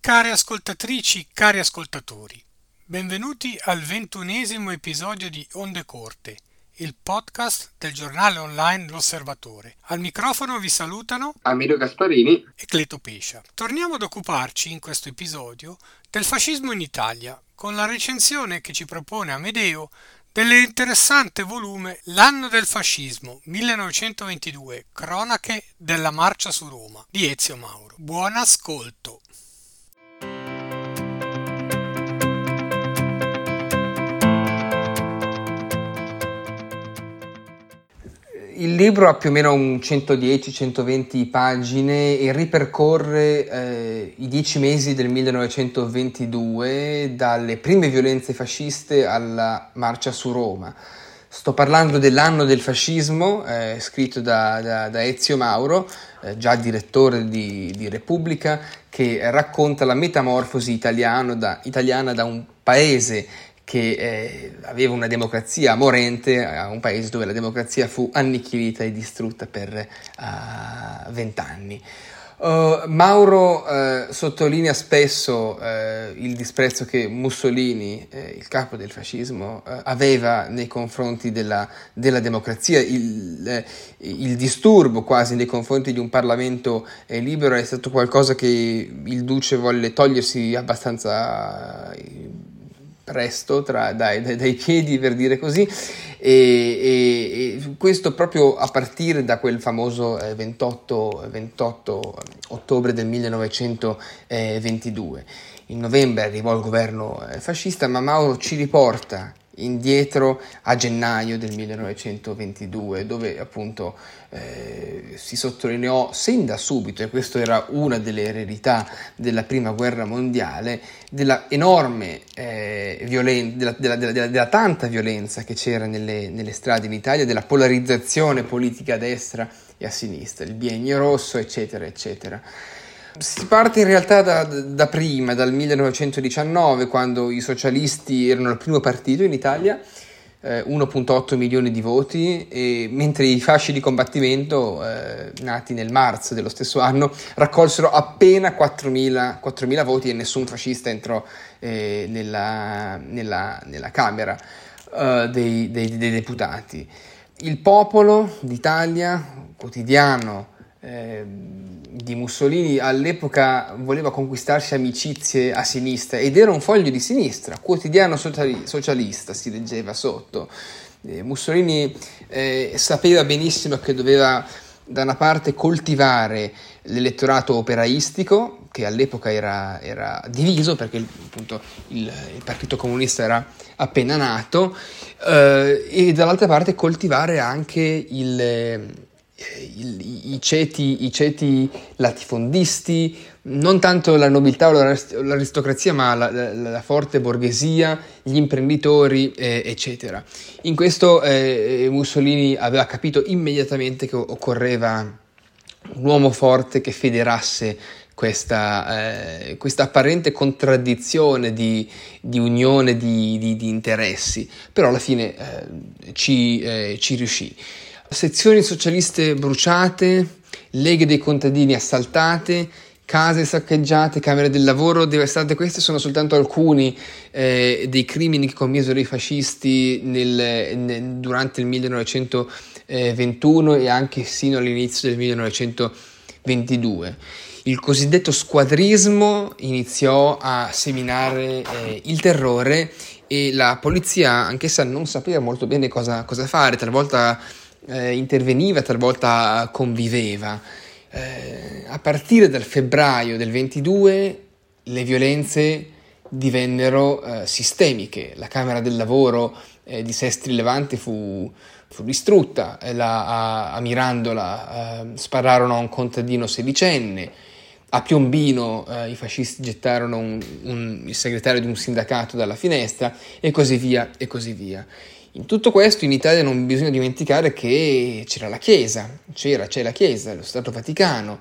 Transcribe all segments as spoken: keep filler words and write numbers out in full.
Care ascoltatrici, cari ascoltatori, benvenuti al ventunesimo episodio di Onde Corte, il podcast del giornale online L'Osservatore. Al microfono vi salutano Amedeo Gasparini e Cleto Pescia. Torniamo ad occuparci in questo episodio del fascismo in Italia, con la recensione che ci propone Amedeo dell'interessante volume L'anno del fascismo millenovecentoventidue, cronache della marcia su Roma di Ezio Mauro. Buon ascolto. Il libro ha più o meno un centodieci centoventi pagine e ripercorre eh, i dieci mesi del millenovecentoventidue, dalle prime violenze fasciste alla marcia su Roma. Sto parlando dell'anno del fascismo, eh, scritto da, da, da Ezio Mauro, eh, già direttore di, di Repubblica, che racconta la metamorfosi italiano da, italiana da un paese che eh, aveva una democrazia morente a un paese dove la democrazia fu annichilita e distrutta per vent'anni. Uh, uh, Mauro uh, sottolinea spesso uh, il disprezzo che Mussolini, eh, il capo del fascismo, uh, aveva nei confronti della, della democrazia. Il, eh, il disturbo quasi nei confronti di un Parlamento eh, libero è stato qualcosa che il Duce volle togliersi abbastanza Uh, presto tra, dai, dai, dai piedi, per dire così, e, e, e questo proprio a partire da quel famoso eh, ventotto ottobre del millenovecentoventidue. In novembre arrivò il governo eh, fascista, ma Mauro ci riporta indietro a gennaio del millenovecentoventidue, dove appunto eh, si sottolineò sin da subito, e questa era una delle eredità della prima guerra mondiale, della enorme eh, violen- della, della, della, della, della tanta violenza che c'era nelle, nelle strade in Italia, della polarizzazione politica a destra e a sinistra, il biennio rosso, eccetera, eccetera. Si parte in realtà da, da prima, dal millenovecentodiciannove, quando i socialisti erano il primo partito in Italia, eh, uno virgola otto milioni di voti, e mentre i fasci di combattimento, eh, nati nel marzo dello stesso anno, raccolsero appena quattromila voti e nessun fascista entrò eh, nella, nella, nella Camera eh, dei, dei, dei deputati. Il Popolo d'Italia, quotidiano eh, di Mussolini, all'epoca voleva conquistarsi amicizie a sinistra ed era un foglio di sinistra, quotidiano sociali- socialista si leggeva sotto. Eh, Mussolini eh, sapeva benissimo che doveva da una parte coltivare l'elettorato operaistico, che all'epoca era, era diviso perché appunto il, il Partito Comunista era appena nato, eh, e dall'altra parte coltivare anche il I, i, ceti, i ceti latifondisti, non tanto la nobiltà o l'aristocrazia, ma la, la, la forte borghesia, gli imprenditori, eh, eccetera. In questo eh, Mussolini aveva capito immediatamente che occorreva un uomo forte che federasse questa, eh, questa apparente contraddizione di, di unione di, di, di interessi, però alla fine eh, ci, eh, ci riuscì. Sezioni socialiste bruciate, leghe dei contadini assaltate, case saccheggiate, camere del lavoro devastate. Questi sono soltanto alcuni eh, dei crimini che commisero i fascisti nel, nel, durante il millenovecentoventuno e anche sino all'inizio del millenovecentoventidue. Il cosiddetto squadrismo iniziò a seminare eh, il terrore, e la polizia, anch'essa, non sapeva molto bene cosa, cosa fare, talvolta Eh, interveniva, talvolta conviveva. Eh, a partire dal febbraio del ventidue le violenze divennero eh, sistemiche. La Camera del Lavoro eh, di Sestri Levante fu, fu distrutta, eh, la, a, a Mirandola eh, spararono a un contadino sedicenne, a Piombino eh, i fascisti gettarono un, un, il segretario di un sindacato dalla finestra, e così via, e così via. In tutto questo in Italia non bisogna dimenticare che c'era la Chiesa, c'era, c'è la Chiesa, lo Stato Vaticano,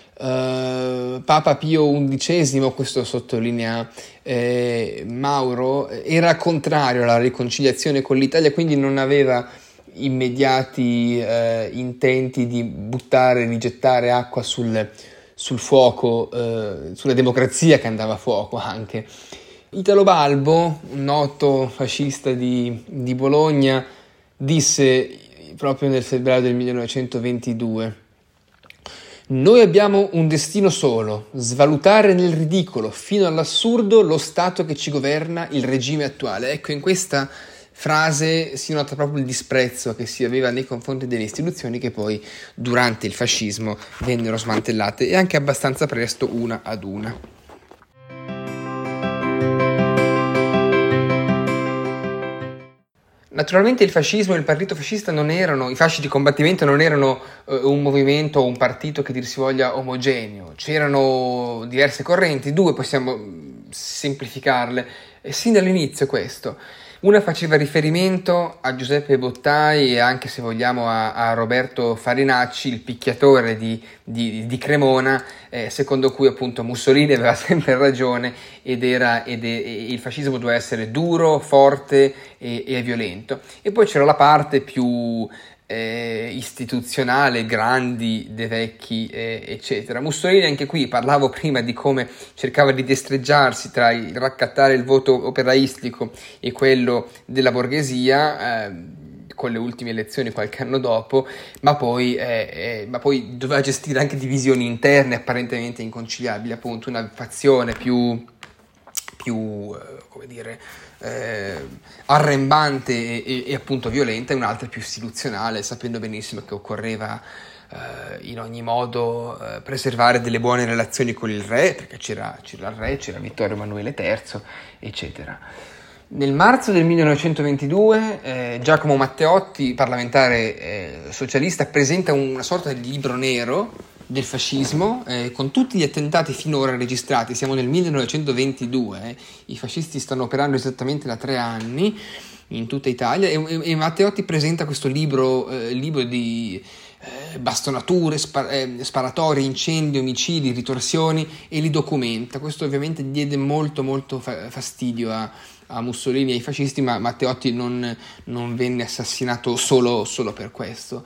uh, Papa Pio undicesimo, questo sottolinea eh, Mauro, era contrario alla riconciliazione con l'Italia, quindi non aveva immediati eh, intenti di buttare, rigettare acqua sul, sul fuoco, eh, sulla democrazia che andava a fuoco anche. Italo Balbo, un noto fascista di, di Bologna, disse proprio nel febbraio del millenovecentoventidue: «Noi abbiamo un destino solo, svalutare nel ridicolo fino all'assurdo lo Stato che ci governa, il regime attuale». Ecco, in questa frase si nota proprio il disprezzo che si aveva nei confronti delle istituzioni che poi durante il fascismo vennero smantellate, e anche abbastanza presto, una ad una. Naturalmente il fascismo e il partito fascista non erano, i fasci di combattimento non erano eh, un movimento o un partito che dir si voglia omogeneo, c'erano diverse correnti, due possiamo semplificarle, e sin dall'inizio questo. Una faceva riferimento a Giuseppe Bottai e anche, se vogliamo, a, a Roberto Farinacci, il picchiatore di, di, di Cremona, eh, secondo cui appunto Mussolini aveva sempre ragione ed, era, ed è, il fascismo doveva essere duro, forte e, e violento. E poi c'era la parte più eh, istituzionale, Grandi, De Vecchi, eh, eccetera. Mussolini, anche qui parlavo prima di come cercava di destreggiarsi tra il raccattare il voto operaistico e quello della borghesia, eh, con le ultime elezioni qualche anno dopo, ma poi, eh, eh, ma poi doveva gestire anche divisioni interne apparentemente inconciliabili, appunto una fazione più, più eh, come dire, eh, arrembante e, e, e appunto violenta, e un'altra più istituzionale, sapendo benissimo che occorreva eh, in ogni modo eh, preservare delle buone relazioni con il re, perché c'era, c'era il re, c'era Vittorio Emanuele terzo, eccetera. Nel marzo del millenovecentoventidue eh, Giacomo Matteotti, parlamentare eh, socialista, presenta una sorta di libro nero del fascismo eh, con tutti gli attentati finora registrati. Siamo nel millenovecentoventidue, eh. I fascisti stanno operando esattamente da tre anni in tutta Italia, e, e, e Matteotti presenta questo libro, eh, libro di eh, bastonature, spar- eh, sparatori, incendi, omicidi, ritorsioni, e li documenta. Questo ovviamente diede molto molto fa- fastidio a a Mussolini e ai fascisti, ma Matteotti non, non venne assassinato solo, solo per questo.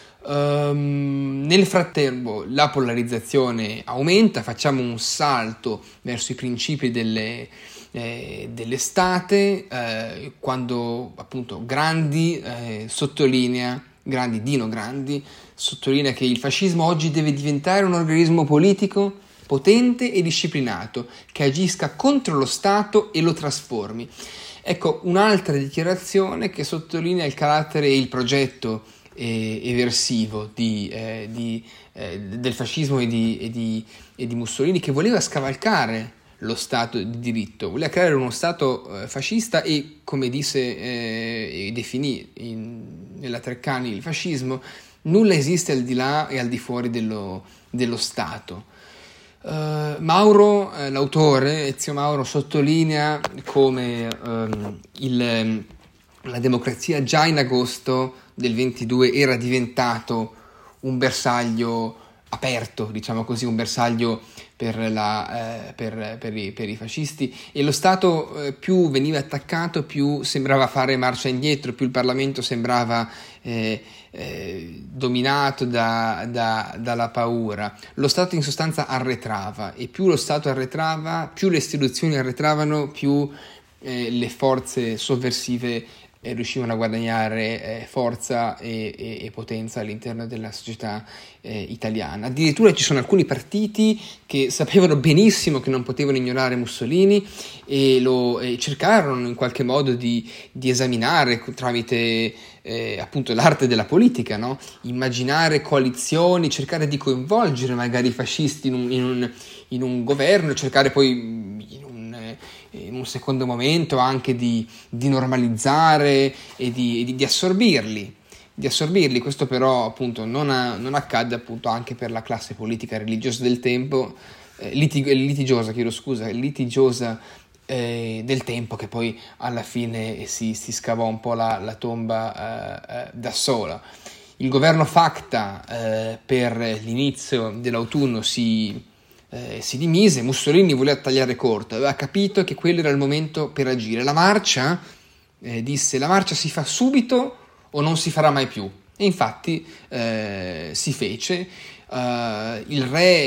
Um, nel frattempo la polarizzazione aumenta, facciamo un salto verso i principi delle, eh, dell'estate, eh, quando appunto Grandi eh, sottolinea, Grandi, Dino Grandi, sottolinea che il fascismo oggi deve diventare un organismo politico potente e disciplinato, che agisca contro lo Stato e lo trasformi. Ecco, un'altra dichiarazione che sottolinea il carattere e il progetto eh, eversivo di, eh, di, eh, del fascismo e di, e, di, e di Mussolini, che voleva scavalcare lo Stato di diritto, voleva creare uno Stato eh, fascista e, come disse eh, e definì in, nella Treccani il fascismo, nulla esiste al di là e al di fuori dello, dello Stato. Uh, Mauro, uh, l'autore, Ezio Mauro, sottolinea come um, il, la democrazia già in agosto del ventidue era diventato un bersaglio aperto, diciamo così, un bersaglio per, la, eh, per, per, i, per i fascisti, e lo Stato eh, più veniva attaccato, più sembrava fare marcia indietro, più il Parlamento sembrava eh, eh, dominato da, da, dalla paura. Lo Stato in sostanza arretrava, e più lo Stato arretrava, più le istituzioni arretravano, più eh, le forze sovversive e riuscivano a guadagnare eh, forza e, e, e potenza all'interno della società eh, italiana. Addirittura ci sono alcuni partiti che sapevano benissimo che non potevano ignorare Mussolini e lo e cercarono in qualche modo di, di esaminare tramite eh, appunto l'arte della politica, no? Immaginare coalizioni, cercare di coinvolgere magari i fascisti in un, in un, in un governo, cercare poi in un in un secondo momento anche di, di normalizzare e di, di, di assorbirli, di assorbirli. Questo però appunto non, ha, non accadde appunto anche per la classe politica religiosa del tempo, eh, litig- litigiosa, chiedo scusa, litigiosa eh, del tempo, che poi alla fine si, si scavò un po' la, la tomba eh, eh, da sola. Il governo Facta eh, per l'inizio dell'autunno si Eh, si dimise. Mussolini voleva tagliare corto, aveva capito che quello era il momento per agire. La marcia, eh, disse, la marcia si fa subito o non si farà mai più. E infatti eh, si fece. Uh, il re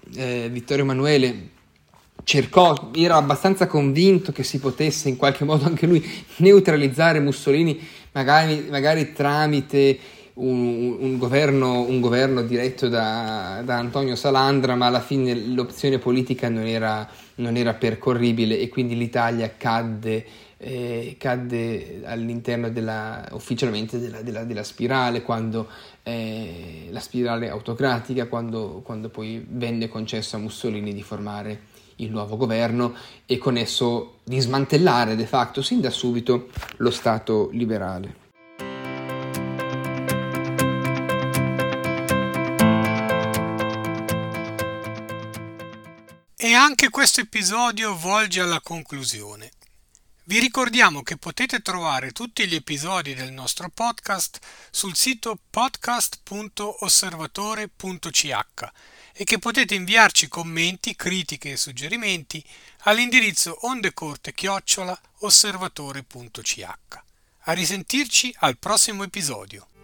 eh, Vittorio Emanuele cercò, era abbastanza convinto che si potesse in qualche modo anche lui neutralizzare Mussolini, magari, magari tramite un, un, governo, un governo diretto da, da Antonio Salandra, ma alla fine l'opzione politica non era, non era percorribile e quindi l'Italia cadde, eh, cadde all'interno della, ufficialmente della, della, della spirale, quando eh, la spirale autocratica, quando, quando poi venne concesso a Mussolini di formare il nuovo governo e con esso di smantellare de facto sin da subito lo Stato liberale. E anche questo episodio volge alla conclusione. Vi ricordiamo che potete trovare tutti gli episodi del nostro podcast sul sito podcast punto osservatore punto c h e che potete inviarci commenti, critiche e suggerimenti all'indirizzo ondecorte chiocciola osservatore punto c h. A risentirci al prossimo episodio.